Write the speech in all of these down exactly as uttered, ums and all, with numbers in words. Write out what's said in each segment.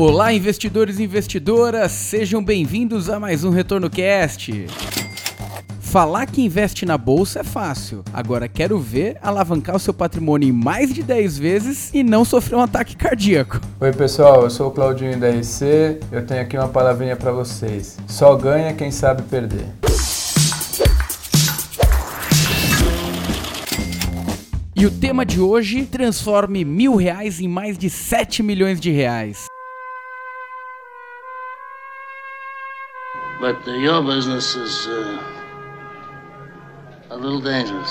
Olá, investidores e investidoras, sejam bem-vindos a mais um Retorno Cast. Falar que investe na bolsa é fácil, agora quero ver alavancar o seu patrimônio em mais de dez vezes e não sofrer um ataque cardíaco. Oi pessoal, eu sou o Claudinho da R C, eu tenho aqui uma palavrinha para vocês. Só ganha quem sabe perder. E o tema de hoje, transforme mil reais em mais de sete milhões de reais. But uh, your business is uh, a little dangerous.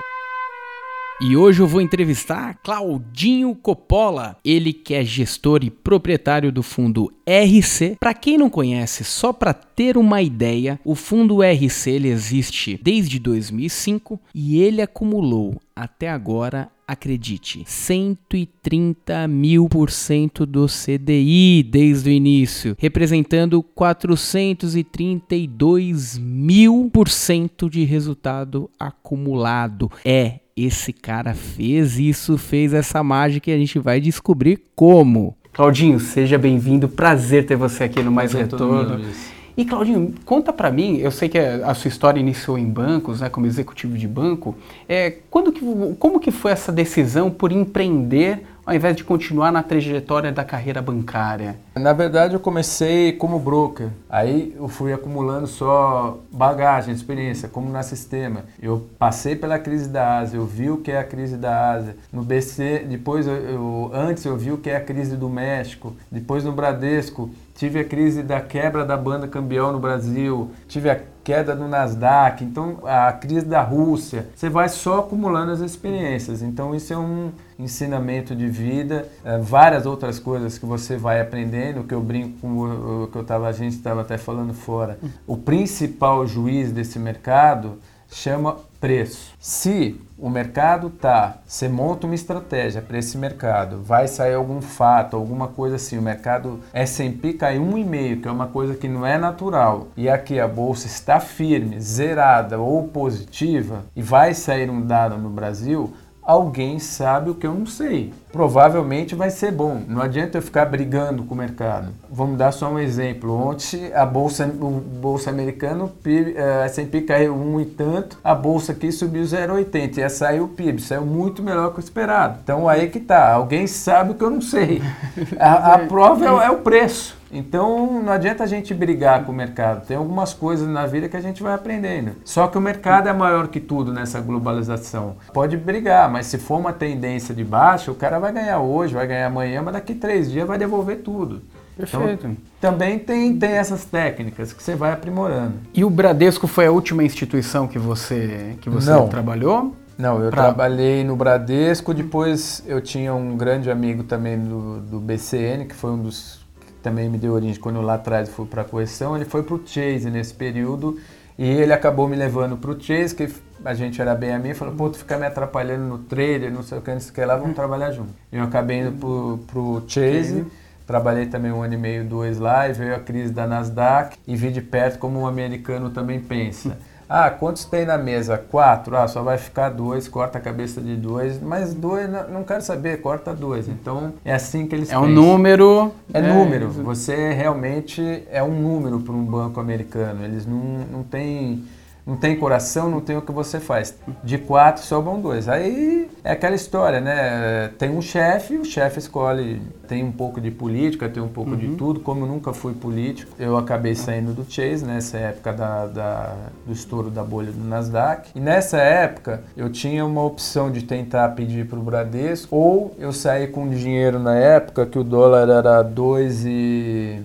E hoje eu vou entrevistar Claudinho Coppola, ele que é gestor e proprietário do fundo R C. Para quem não conhece, só para ter uma ideia, o fundo R C ele existe desde dois mil e cinco e ele acumulou até agora, acredite, cento e trinta mil por cento do C D I desde o início, representando quatrocentos e trinta e dois mil por cento de resultado acumulado. É, esse cara fez isso, fez essa mágica e a gente vai descobrir como. Claudinho, seja bem-vindo, prazer ter você aqui no Mais Retorno. E Claudinho, conta pra mim, eu sei que a sua história iniciou em bancos, né, como executivo de banco, é, quando que, como que foi essa decisão por empreender ao invés de continuar na trajetória da carreira bancária? Na verdade eu comecei como broker, aí eu fui acumulando só bagagem, experiência, como na Sistema. Eu passei pela crise da Ásia, eu vi o que é a crise da Ásia. No B C, depois eu, eu, antes eu vi o que é a crise do México, depois no Bradesco, tive a crise da quebra da banda cambial no Brasil, tive a queda no Nasdaq, então a crise da Rússia. Você vai só acumulando as experiências, então isso é um ensinamento de vida, é, várias outras coisas que você vai aprendendo, que eu brinco com o, o que eu tava, a gente estava até falando fora. O principal juiz desse mercado chama preço. Se o mercado tá, você monta uma estratégia para esse mercado, vai sair algum fato, alguma coisa assim, o mercado S and P cai um vírgula cinco, que é uma coisa que não é natural, e aqui a bolsa está firme, zerada ou positiva, e vai sair um dado no Brasil, alguém sabe o que eu não sei. Provavelmente vai ser bom. Não adianta eu ficar brigando com o mercado. Vamos dar só um exemplo. Ontem a bolsa, o bolsa americana, o P I B, a S and P caiu um e tanto, a bolsa aqui subiu zero vírgula oitenta, e saiu o P I B, saiu muito melhor que o esperado. Então aí que tá, alguém sabe o que eu não sei. A, a prova é, é o preço. Então não adianta a gente brigar com o mercado, tem algumas coisas na vida que a gente vai aprendendo. Só que o mercado é maior que tudo nessa globalização. Pode brigar, mas se for uma tendência de baixa, o cara vai ganhar hoje, vai ganhar amanhã, mas daqui três dias vai devolver tudo. Perfeito. Então, também tem, tem essas técnicas que você vai aprimorando. E o Bradesco foi a última instituição que você, que você Não. trabalhou? Não, eu pra... trabalhei no Bradesco, depois eu tinha um grande amigo também do, do B C N, que foi um dos também me deu origem quando eu lá atrás fui para a correção. Ele foi para o Chase nesse período e ele acabou me levando para o Chase, que a gente era bem amigo, falou, pô, tu fica me atrapalhando no trader, não sei o que, não sei o que lá, vamos trabalhar junto. Eu acabei indo para o Chase, trabalhei também um ano e meio, dois lá, e veio a crise da Nasdaq e vi de perto como um americano também pensa. Ah, quantos tem na mesa? Quatro? Ah, só vai ficar dois, corta a cabeça de dois, mas dois, não, não quero saber, corta dois. Então, é assim que eles É pensam. um número... É, é número. Você realmente é um número para um banco americano. Eles não, não têm... Não tem coração, não tem o que você faz. De quatro sobram dois. Aí é aquela história, né? Tem um chefe, o chefe escolhe. Tem um pouco de política, tem um pouco uhum. de tudo. Como eu nunca fui político, eu acabei saindo do Chase, nessa época da, da, do estouro da bolha do Nasdaq. E nessa época, eu tinha uma opção de tentar pedir para o Bradesco, ou eu saí com dinheiro na época que o dólar era dois e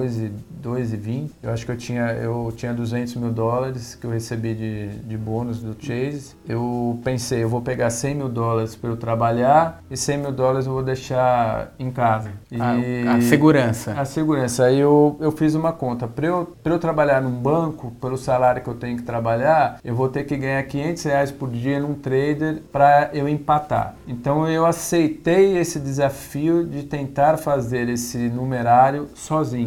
vinte. Eu acho que eu tinha, eu tinha duzentos mil dólares que eu recebi de, de bônus do Chase. Eu pensei, eu vou pegar cem mil dólares para eu trabalhar e cem mil dólares eu vou deixar em casa. E a, a segurança. A segurança. Aí eu, eu fiz uma conta. Para eu, para eu trabalhar num banco, pelo salário que eu tenho que trabalhar, eu vou ter que ganhar quinhentos reais por dia num trader para eu empatar. Então eu aceitei esse desafio de tentar fazer esse numerário sozinho.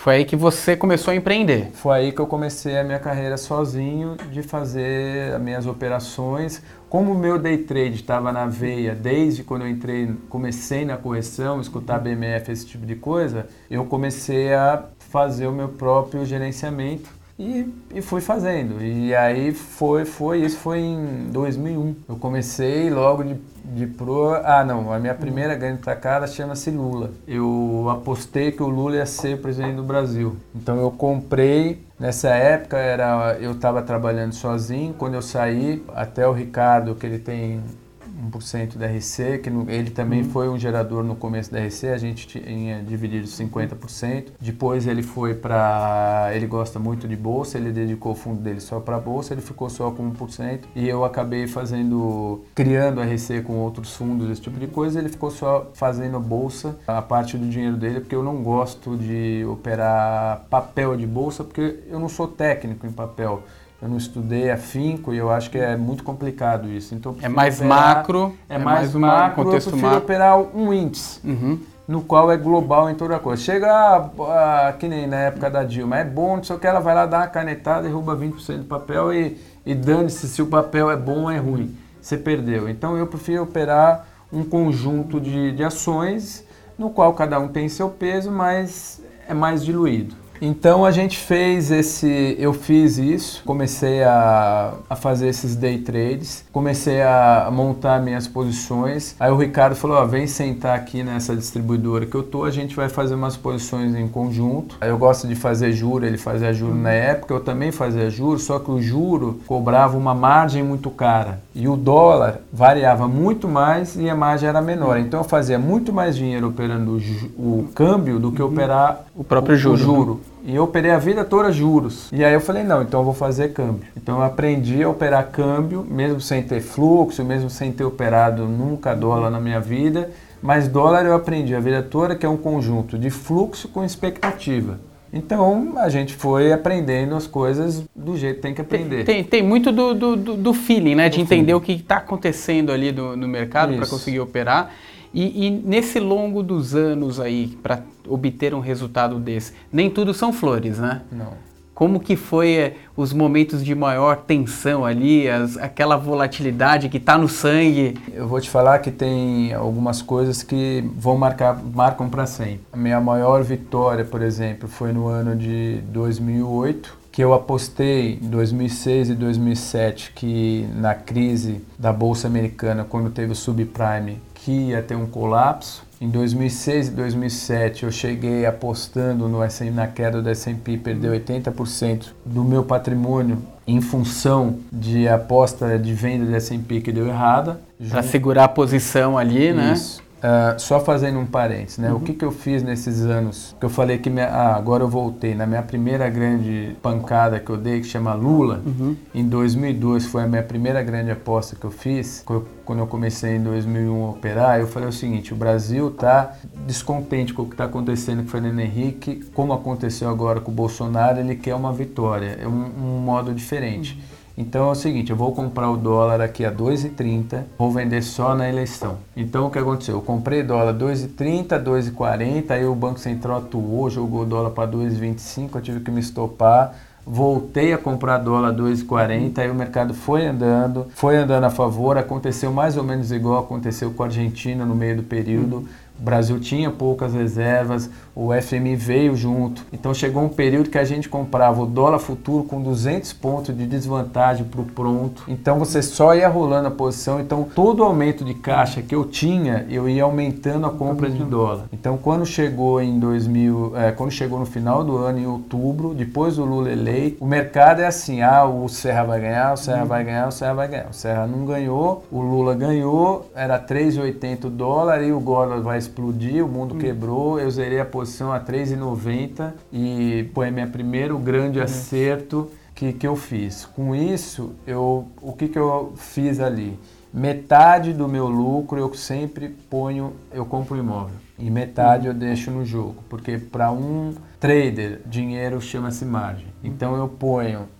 Foi aí que você começou a empreender. Foi aí que eu comecei a minha carreira sozinho, de fazer as minhas operações. Como o meu day trade estava na veia desde quando eu entrei, comecei na correção, escutar B M F, esse tipo de coisa, eu comecei a fazer o meu próprio gerenciamento e, e fui fazendo. E aí foi, foi, isso foi em dois mil e um. Eu comecei logo de, de pro... Ah, não, a minha primeira grande tacada chama-se Lula. Eu apostei que o Lula ia ser presidente do Brasil. Então eu comprei. Nessa época era, eu estava trabalhando sozinho. Quando eu saí, até o Ricardo, que ele tem um por cento da R C, que no, ele também uhum. foi um gerador no começo da R C, a gente tinha dividido cinquenta por cento. Depois ele foi para... Ele gosta muito de bolsa, ele dedicou o fundo dele só para bolsa, ele ficou só com um por cento. E eu acabei fazendo, criando a R C com outros fundos, esse tipo de coisa, ele ficou só fazendo bolsa, a parte do dinheiro dele, porque eu não gosto de operar papel de bolsa, porque eu não sou técnico em papel. Eu não estudei afinco e eu acho que é muito complicado isso. Então, é mais operar, macro, é, é mais, mais macro, contexto eu prefiro macro. operar um índice, uhum. no qual é global em toda a coisa. Chega, a, a, que nem na época da Dilma, é bom, só que ela vai lá dar uma canetada, derruba vinte por cento do papel e, e dane-se se o papel é bom ou é ruim. Você perdeu. Então eu prefiro operar um conjunto de, de ações, no qual cada um tem seu peso, mas é mais diluído. Então a gente fez esse, eu fiz isso, comecei a, a fazer esses day trades, comecei a montar minhas posições. Aí o Ricardo falou, ó, vem sentar aqui nessa distribuidora que eu tô, a gente vai fazer umas posições em conjunto. Aí eu gosto de fazer juro, ele fazia juro na época, eu também fazia juro, só que o juro cobrava uma margem muito cara. E o dólar variava muito mais e a margem era menor. Então eu fazia muito mais dinheiro operando o, o câmbio do que operar o próprio o, juro. O juro. E eu operei a vida toda juros. E aí eu falei, não, então eu vou fazer câmbio. Então eu aprendi a operar câmbio, mesmo sem ter fluxo, mesmo sem ter operado nunca dólar na minha vida. Mas dólar eu aprendi a vida toda, que é um conjunto de fluxo com expectativa. Então a gente foi aprendendo as coisas do jeito que tem que aprender. Tem, tem, tem muito do, do, do feeling, né? De entender feeling. O que está acontecendo ali do, no mercado para conseguir operar. E, e nesse longo dos anos aí, para obter um resultado desse, nem tudo são flores, né? Não. Como que foi é, os momentos de maior tensão ali, as, aquela volatilidade que está no sangue? Eu vou te falar que tem algumas coisas que vão marcar, marcam para sempre. A minha maior vitória, por exemplo, foi no ano de dois mil e oito, que eu apostei em dois mil e seis e dois mil e sete que na crise da Bolsa Americana, quando teve o subprime, que ia ter um colapso. Em dois mil e seis e dois mil e sete eu cheguei apostando no S and P, na queda do S and P, perdeu oitenta por cento do meu patrimônio em função de aposta de venda do S and P que deu errada. Para segurar a posição ali, né? Isso. Uh, só fazendo um parênteses, né? Uhum. O que, que eu fiz nesses anos? Que eu falei que minha, ah, agora eu voltei. Na minha primeira grande pancada que eu dei, que chama Lula, uhum. em dois mil e dois foi a minha primeira grande aposta que eu fiz. Quando eu comecei em dois mil e um a operar, eu falei o seguinte: o Brasil está descontente com o que está acontecendo com o Fernando Henrique, como aconteceu agora com o Bolsonaro, ele quer uma vitória, é um, um modo diferente. Uhum. Então é o seguinte, eu vou comprar o dólar aqui a dois e trinta, vou vender só na eleição. Então o que aconteceu? Eu comprei dólar dois e trinta, dois e quarenta, aí o Banco Central atuou, jogou o dólar para dois e vinte e cinco, eu tive que me estopar. Voltei a comprar dólar dois e quarenta, aí o mercado foi andando, foi andando a favor, aconteceu mais ou menos igual aconteceu com a Argentina no meio do período. O Brasil tinha poucas reservas, o F M I veio junto. Então chegou um período que a gente comprava o dólar futuro com duzentos pontos de desvantagem para o pronto. Então você só ia rolando a posição. Então todo aumento de caixa que eu tinha, eu ia aumentando a compra de dólar. Então quando chegou em dois mil, é, quando chegou no final do ano, em outubro, depois do Lula eleito, o mercado é assim, ah, o Serra vai ganhar, o Serra vai ganhar, o Serra vai ganhar. O Serra não ganhou, o Lula ganhou, era três e oitenta o dólar e o dólar vai explodir, o mundo hum. quebrou, eu zerei a posição a três e noventa e foi meu primeiro grande hum. acerto que, que eu fiz. Com isso, eu, o que, que eu fiz ali? Metade do meu lucro eu sempre ponho, eu compro um imóvel e metade hum. eu deixo no jogo, porque para um trader, dinheiro chama-se margem. Então eu ponho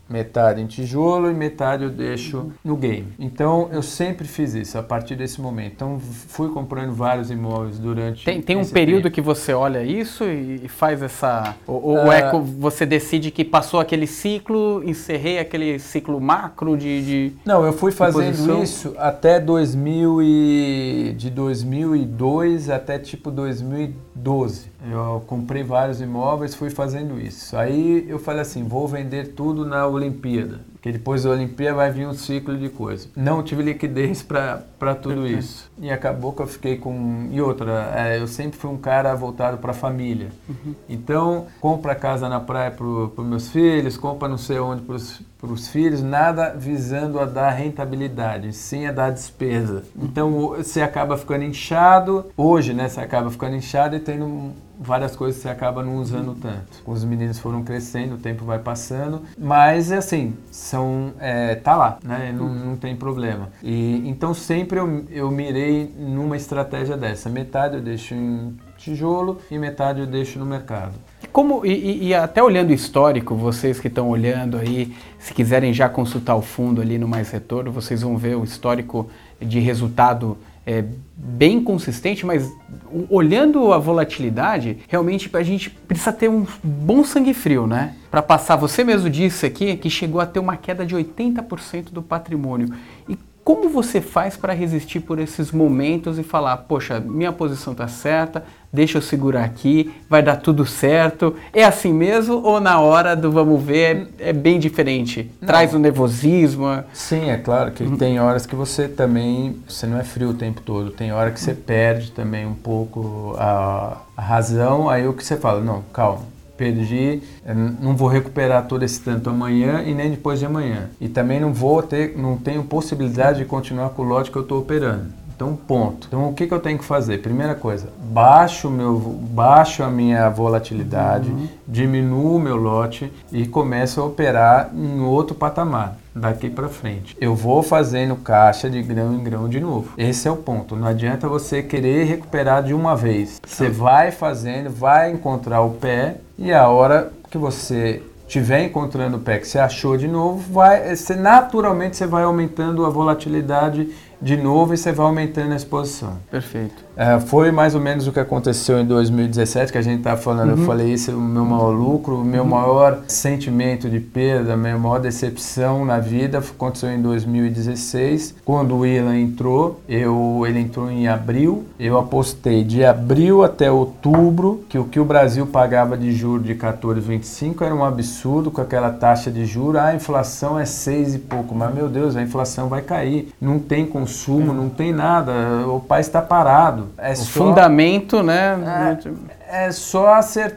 metade em tijolo e metade eu deixo no game. Então eu sempre fiz isso a partir desse momento. Então fui comprando vários imóveis durante Tem, tem um esse período tempo. que você olha isso e faz essa... Ou, ou uh, é que você decide que passou aquele ciclo, encerrei aquele ciclo macro de... de Não, eu fui fazendo posição. isso até dois mil e... de dois mil e dois até tipo dois mil e doze. Eu comprei vários imóveis, fui fazendo isso. Aí eu falei assim, vou vender tudo na Olimpíada, porque depois da Olimpíada vai vir um ciclo de coisa. Não tive liquidez para tudo isso. E acabou que eu fiquei com... E outra, é, eu sempre fui um cara voltado para a família. Uhum. Então, compra casa na praia para os meus filhos, compra não sei onde para os filhos, nada visando a dar rentabilidade, sim a dar despesa. Então, você acaba ficando inchado. Hoje, né, você acaba ficando inchado e tendo... várias coisas você acaba não usando tanto. Os meninos foram crescendo, o tempo vai passando, mas assim, são, é, tá lá, né? Não, não tem problema. E, então sempre eu, eu mirei numa estratégia dessa. Metade eu deixo em tijolo e metade eu deixo no mercado. Como, e, e até olhando o histórico, vocês que estão olhando aí, se quiserem já consultar o fundo ali no Mais Retorno, vocês vão ver o histórico de resultado é, bem consistente, mas olhando a volatilidade, realmente a gente precisa ter um bom sangue frio, né? Para passar, você mesmo disse aqui que chegou a ter uma queda de oitenta por cento do patrimônio. E como você faz para resistir por esses momentos e falar, poxa, minha posição está certa, deixa eu segurar aqui, vai dar tudo certo. É assim mesmo ou na hora do vamos ver é, é bem diferente? Não. Traz o nervosismo? Sim, é claro que uhum. tem horas que você também, você não é frio o tempo todo, tem hora que você perde também um pouco a, a razão, aí o que você fala, não, calma. Perdi, não vou recuperar todo esse tanto amanhã e nem depois de amanhã. E também não vou ter, não tenho possibilidade de continuar com o lote que eu estou operando. Então, ponto. Então, o que, que eu tenho que fazer? Primeira coisa, baixo, meu, baixo a minha volatilidade, uhum. diminuo o meu lote e começo a operar em outro patamar. Daqui para frente. Eu vou fazendo caixa de grão em grão de novo. Esse é o ponto. Não adianta você querer recuperar de uma vez. Você vai fazendo, vai encontrar o pé e a hora que você estiver encontrando o pé que você achou de novo, vai, você, naturalmente você vai aumentando a volatilidade de novo e você vai aumentando a exposição. Perfeito. É, foi mais ou menos o que aconteceu em dois mil e dezessete, que a gente estava falando, uhum. eu falei isso, o meu maior lucro, o meu uhum. maior sentimento de perda, a minha maior decepção na vida aconteceu em dois mil e dezesseis, quando o Ilan entrou, eu, ele entrou em abril, eu apostei de abril até outubro, que o que o Brasil pagava de juros de quatorze vírgula vinte e cinco era um absurdo com aquela taxa de juros, ah, a inflação é seis e pouco, mas meu Deus, a inflação vai cair, não tem consumo, não tem nada, o país está parado. É o só, fundamento, né? É, é só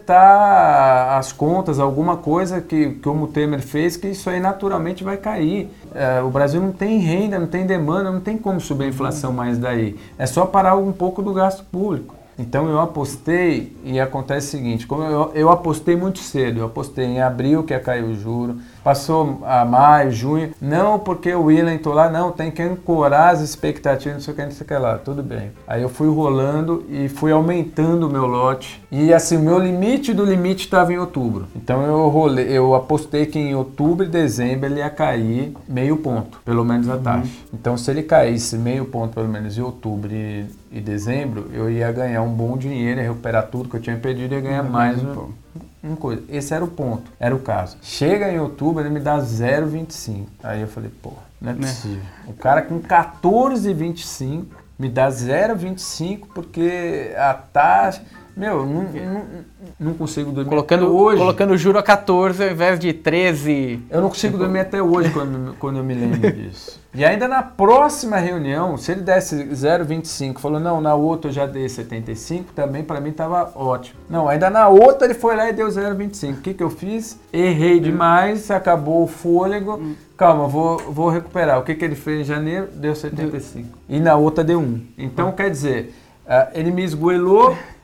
acertar as contas, alguma coisa que, que o Temer fez, que isso aí naturalmente vai cair. É, o Brasil não tem renda, não tem demanda, não tem como subir a inflação mais daí. É só parar um pouco do gasto público. Então eu apostei e acontece o seguinte, como eu, eu apostei muito cedo, eu apostei em abril que ia cair o juro, passou a maio, junho, não porque o Ilan entrou lá, não, tem que ancorar as expectativas, não sei o que, não sei o que lá, tudo bem. Aí eu fui rolando e fui aumentando o meu lote e assim, o meu limite do limite estava em outubro. Então eu rolei, eu apostei que em outubro e dezembro ele ia cair meio ponto, pelo menos a taxa. Uhum. Então se ele caísse meio ponto pelo menos em outubro e, e dezembro, eu ia ganhar um bom dinheiro, ia recuperar tudo que eu tinha perdido e ia ganhar uhum. mais um pouco. Uma coisa, esse era o ponto, era o caso. Chega em outubro, ele me dá zero vírgula vinte e cinco. Aí eu falei, pô, não é possível. O cara com quatorze vírgula vinte e cinco me dá zero vírgula vinte e cinco porque a taxa... Meu, não, não, não consigo dormir colocando, até hoje. Colocando o juro a quatorze ao invés de treze. Eu não consigo dormir até hoje quando, quando eu me lembro disso. E ainda na próxima reunião, se ele desse zero vírgula vinte e cinco, falou, não, na outra eu já dei setenta e cinco, também para mim estava ótimo. Não, ainda na outra ele foi lá e deu zero vírgula vinte e cinco. O que, que eu fiz? Errei demais, acabou o fôlego. Calma, vou, vou recuperar. O que, que ele fez em janeiro? Deu setenta e cinco. E na outra deu um. Então, quer dizer, ele me esgoelou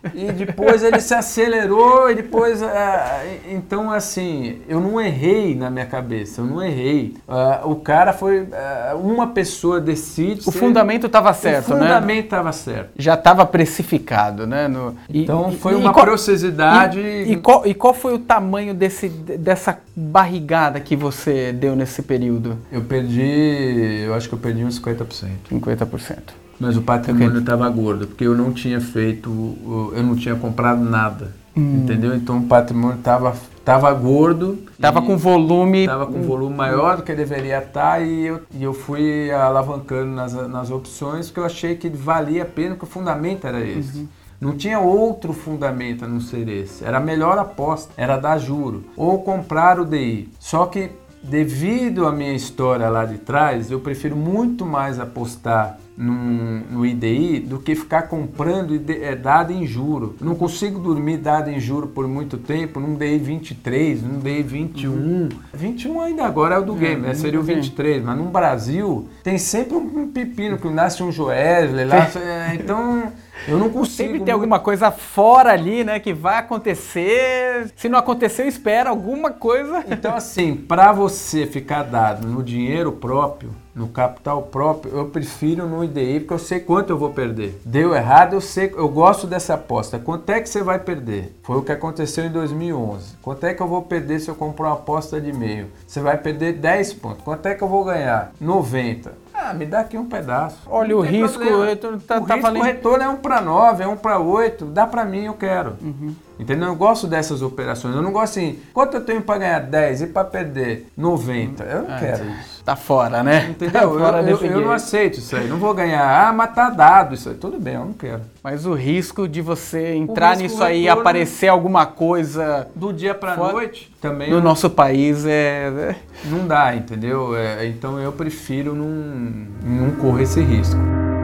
E depois ele se acelerou e depois... Uh, então, assim, eu não errei na minha cabeça, eu não errei. Uh, o cara foi... Uh, uma pessoa decide... O ser, fundamento estava certo, né? O fundamento estava certo. Já estava precificado, né? No, então, e, foi e, uma e qual, processidade... E, e, qual, e qual foi o tamanho desse, dessa barrigada que você deu nesse período? Eu perdi... Eu acho que eu perdi uns cinquenta por cento. cinquenta por cento. Mas o patrimônio estava gordo, porque eu não tinha feito, eu não tinha comprado nada, hum. entendeu? Então o patrimônio estava tava gordo. Estava com volume... Estava com volume maior do que deveria estar e eu, e eu fui alavancando nas, nas opções, porque eu achei que valia a pena, que o fundamento era esse. Uhum. Não tinha outro fundamento a não ser esse. Era a melhor aposta, era dar juro, ou comprar o D I. Só que, devido à minha história lá de trás, eu prefiro muito mais apostar Num, no I D I do que ficar comprando é, dado em juro. Eu não consigo dormir dado em juro por muito tempo num D I vinte e três, num D I vinte e um. Uhum. vinte e um ainda agora é o do game, né? Seria o vinte e três, mas no Brasil tem sempre um pepino, que nasce um Joesley lá, então... Eu não consigo... Sempre tem alguma coisa fora ali, né, que vai acontecer. Se não aconteceu, espera alguma coisa. Então, assim, para você ficar dado no dinheiro próprio, no capital próprio, eu prefiro no I D I, porque eu sei quanto eu vou perder. Deu errado, eu sei, eu gosto dessa aposta. Quanto é que você vai perder? Foi o que aconteceu em dois mil e onze. Quanto é que eu vou perder se eu comprar uma aposta de meio? Você vai perder dez pontos. Quanto é que eu vou ganhar? noventa. Ah, me dá aqui um pedaço. Olha, o risco... Retorno, tá, o tá risco valendo... retorno é um para nove, é um para oito. Dá para mim, eu quero. Uhum. Entendeu? Eu gosto dessas operações. Eu não gosto assim, quanto eu tenho para ganhar dez e para perder noventa? Eu não ah, quero isso. Tá fora, né? Entendeu? Tá fora eu, eu, eu não aceito isso aí. Não vou ganhar. Ah, mas tá dado isso aí. Tudo bem, eu não quero. Mas o risco de você entrar nisso aí e aparecer alguma coisa... Do dia pra fora, noite, também... No eu, nosso país é... Não dá, entendeu? É, então eu prefiro não, não correr esse risco.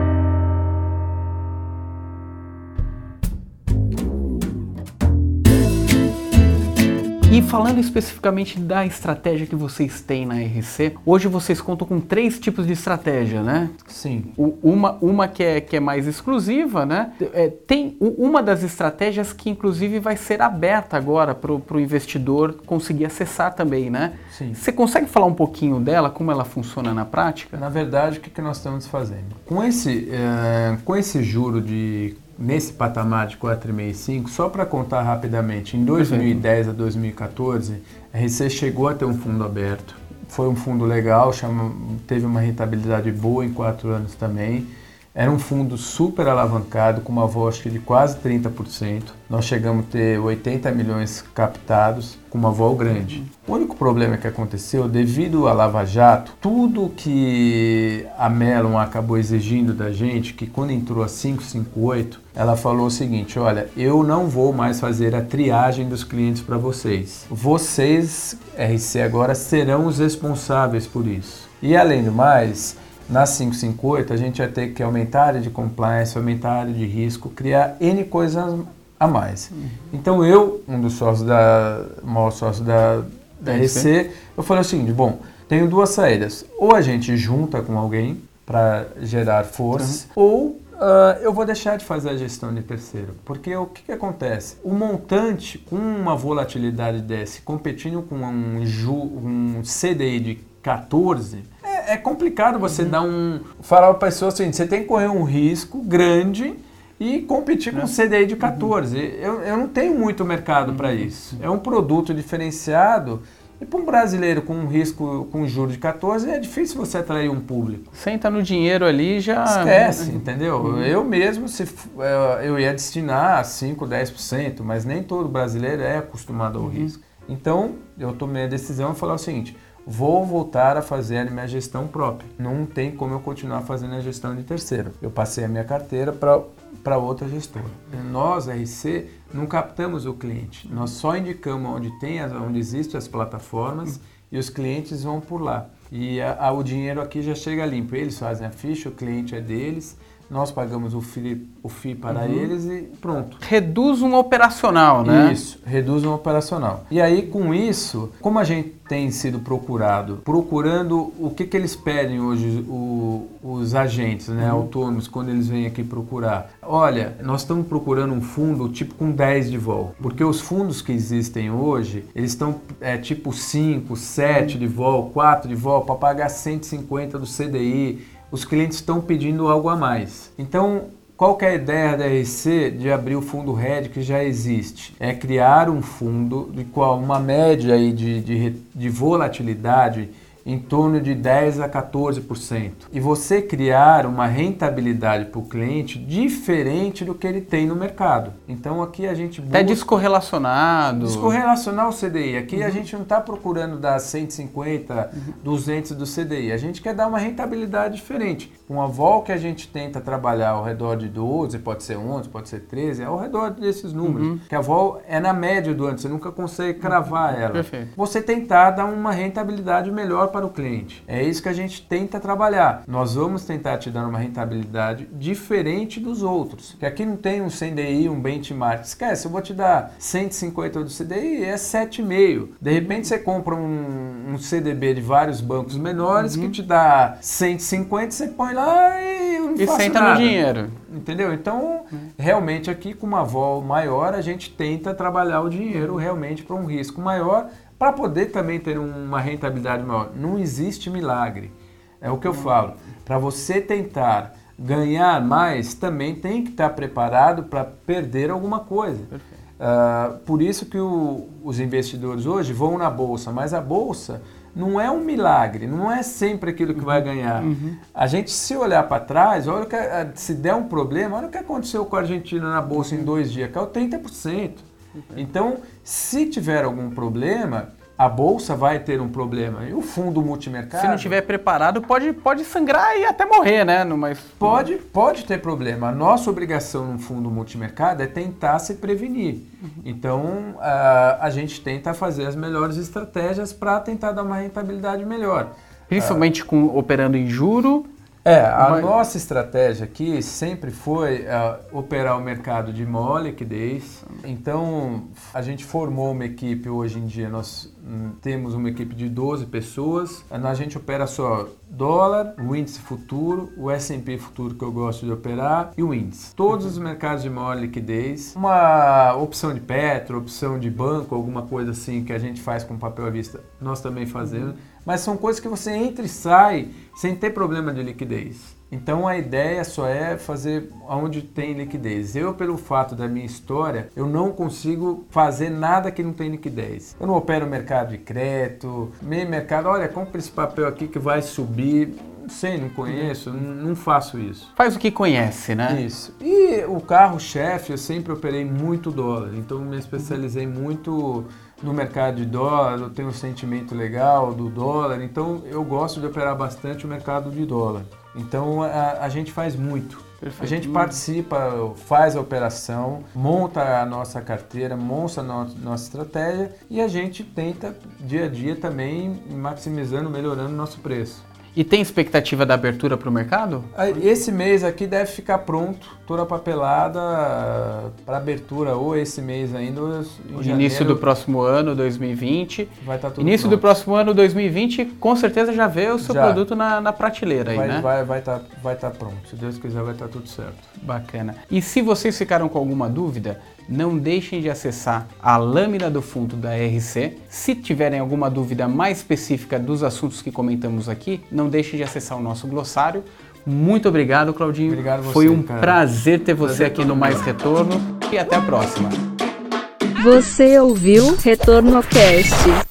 E falando especificamente da estratégia que vocês têm na R C, hoje vocês contam com três tipos de estratégia, né? Sim. O, uma uma que, é, que é mais exclusiva, né? É, tem uma das estratégias que inclusive vai ser aberta agora para o investidor conseguir acessar também, né? Sim. Você consegue falar um pouquinho dela, como ela funciona na prática? Na verdade, o que, que nós estamos fazendo? Com esse, é, com esse juro de... Nesse patamar de quatro vírgula cinco por cento, só para contar rapidamente, em dois mil e dez a dois mil e quatorze, a R C chegou a ter um fundo aberto. Foi um fundo legal, chama, teve uma rentabilidade boa em quatro anos também. Era um fundo super alavancado, com uma V O L de quase trinta por cento. Nós chegamos a ter oitenta milhões captados, com uma V O L grande. O único problema que aconteceu, devido à Lava Jato, tudo que a Mellon acabou exigindo da gente, que quando entrou a cinco cinco oito, ela falou o seguinte, olha, eu não vou mais fazer a triagem dos clientes para vocês. Vocês, R C agora, serão os responsáveis por isso. E além do mais... Na cinco cinco oito, a gente vai ter que aumentar a área de compliance, aumentar a área de risco, criar N coisas a mais. Uhum. Então eu, um dos sócios da, maior sócio da, da R C, eu falei o seguinte, bom, tenho duas saídas. Ou a gente junta com alguém para gerar forças, uhum. ou uh, eu vou deixar de fazer a gestão de terceiro. Porque o que, que acontece? O montante, com uma volatilidade dessa, competindo com um, ju, um C D I de quatorze, é complicado você uhum. dar um... Falar para a pessoa assim, você tem que correr um risco grande e competir com um C D I de quatorze. Uhum. Eu, eu não tenho muito mercado uhum. para isso. É um produto diferenciado e para um brasileiro com um risco, com um juro de quatorze, é difícil você atrair um público. Senta no dinheiro ali já... Esquece, entendeu? Uhum. Eu mesmo, se, eu ia destinar cinco, dez por cento, mas nem todo brasileiro é acostumado ao uhum. risco. Então, eu tomei a decisão e falei o seguinte... Vou voltar a fazer a minha gestão própria. Não tem como eu continuar fazendo a gestão de terceiro. Eu passei a minha carteira para outra gestora. Nós, R C, não captamos o cliente. Nós só indicamos onde, tem as, onde existem as plataformas e os clientes vão por lá. E a, a, o dinheiro aqui já chega limpo. Eles fazem a ficha, o cliente é deles. nós pagamos o F I I, o F I I para uhum. eles e pronto. Reduz um operacional, né? Isso, reduz um operacional. E aí, com isso, como a gente tem sido procurado, procurando o que, que eles pedem hoje, o, os agentes, né, uhum. autônomos, quando eles vêm aqui procurar. Olha, nós estamos procurando um fundo tipo com dez de vol, porque os fundos que existem hoje, eles estão é, tipo cinco, sete de vol, quatro de vol, para pagar cento e cinquenta do C D I. Os clientes estão pedindo algo a mais. Então, qual que é a ideia da R C de abrir o fundo Red que já existe? É criar um fundo de qual uma média aí de, de, de volatilidade em torno de dez a quatorze por cento. E você criar uma rentabilidade para o cliente diferente do que ele tem no mercado. Então aqui a gente busca... Até descorrelacionado. Descorrelacionar o C D I. Aqui uhum. a gente não está procurando dar cento e cinquenta, uhum. duzentos do C D I. A gente quer dar uma rentabilidade diferente. Com a vol que a gente tenta trabalhar ao redor de doze, pode ser onze, pode ser treze, é ao redor desses números. Uhum. Que a vol é na média do ano, você nunca consegue cravar ela. Perfeito. Você tentar dar uma rentabilidade melhor para o cliente. É isso que a gente tenta trabalhar. Nós vamos tentar te dar uma rentabilidade diferente dos outros. Que aqui não tem um C D I, um benchmark. Esquece, eu vou te dar cento e cinquenta do C D I, é sete vírgula cinco. De repente você compra um, um C D B de vários bancos menores uhum. que te dá cento e cinquenta, você põe lá e eu não e faço senta nada. no dinheiro. Entendeu? Então, uhum. realmente aqui com uma vol maior, a gente tenta trabalhar o dinheiro realmente para um risco maior, para poder também ter uma rentabilidade maior. Não existe milagre. É o que eu falo. Para você tentar ganhar mais, também tem que estar preparado para perder alguma coisa. Uh, por isso que o, os investidores hoje vão na Bolsa, mas a Bolsa não é um milagre, não é sempre aquilo que vai ganhar. Uhum. A gente, se olhar para trás, olha que, se der um problema, olha o que aconteceu com a Argentina na Bolsa em dois dias, caiu trinta por cento. Então, se tiver algum problema, a Bolsa vai ter um problema. E o fundo multimercado... Se não estiver preparado, pode, pode sangrar e até morrer, né? Mas... Pode, pode ter problema. A nossa obrigação no fundo multimercado é tentar se prevenir. Uhum. Então, a, a gente tenta fazer as melhores estratégias para tentar dar uma rentabilidade melhor. Principalmente uh, com, operando em juro... É, a Mas... nossa estratégia aqui sempre foi uh, operar o mercado de maior liquidez. Então, a gente formou uma equipe, hoje em dia nós hum, temos uma equipe de doze pessoas. A gente opera só dólar, o índice futuro, o S and P futuro que eu gosto de operar e o índice. Todos os mercados de maior liquidez. Uma opção de petro, opção de banco, alguma coisa assim que a gente faz com papel à vista, nós também fazemos. Mas são coisas que você entra e sai sem ter problema de liquidez. Então a ideia só é fazer onde tem liquidez. Eu, pelo fato da minha história, eu não consigo fazer nada que não tem liquidez. Eu não opero mercado de crédito, meio mercado, olha, compra esse papel aqui que vai subir. Não sei, não conheço, não faço isso. Faz o que conhece, né? Isso. E o carro-chefe, eu sempre operei muito dólar. Então me especializei muito no mercado de dólar, eu tenho um sentimento legal do dólar. Então eu gosto de operar bastante o mercado de dólar. Então a, a gente faz muito. Perfeito. A gente participa, faz a operação, monta a nossa carteira, monta a no, nossa estratégia e a gente tenta dia a dia também maximizando, melhorando o nosso preço. E tem expectativa da abertura para o mercado? Esse mês aqui deve ficar pronto, toda a papelada para abertura, ou esse mês ainda, ou em o início do próximo ano, dois mil e vinte. Vai estar tudo Início pronto. do próximo ano, dois mil e vinte, com certeza já vê o seu já. produto na, na prateleira aí, vai, né? Vai, vai estar vai estar pronto. Se Deus quiser, vai estar tudo certo. Bacana. E se vocês ficaram com alguma dúvida, não deixem de acessar a lâmina do fundo da R C. Se tiverem alguma dúvida mais específica dos assuntos que comentamos aqui, não deixem de acessar o nosso glossário. Muito obrigado, Claudinho. Obrigado você, Foi um cara. prazer ter você prazer aqui no Mais Retorno e até a próxima. Você ouviu Retorno Cast.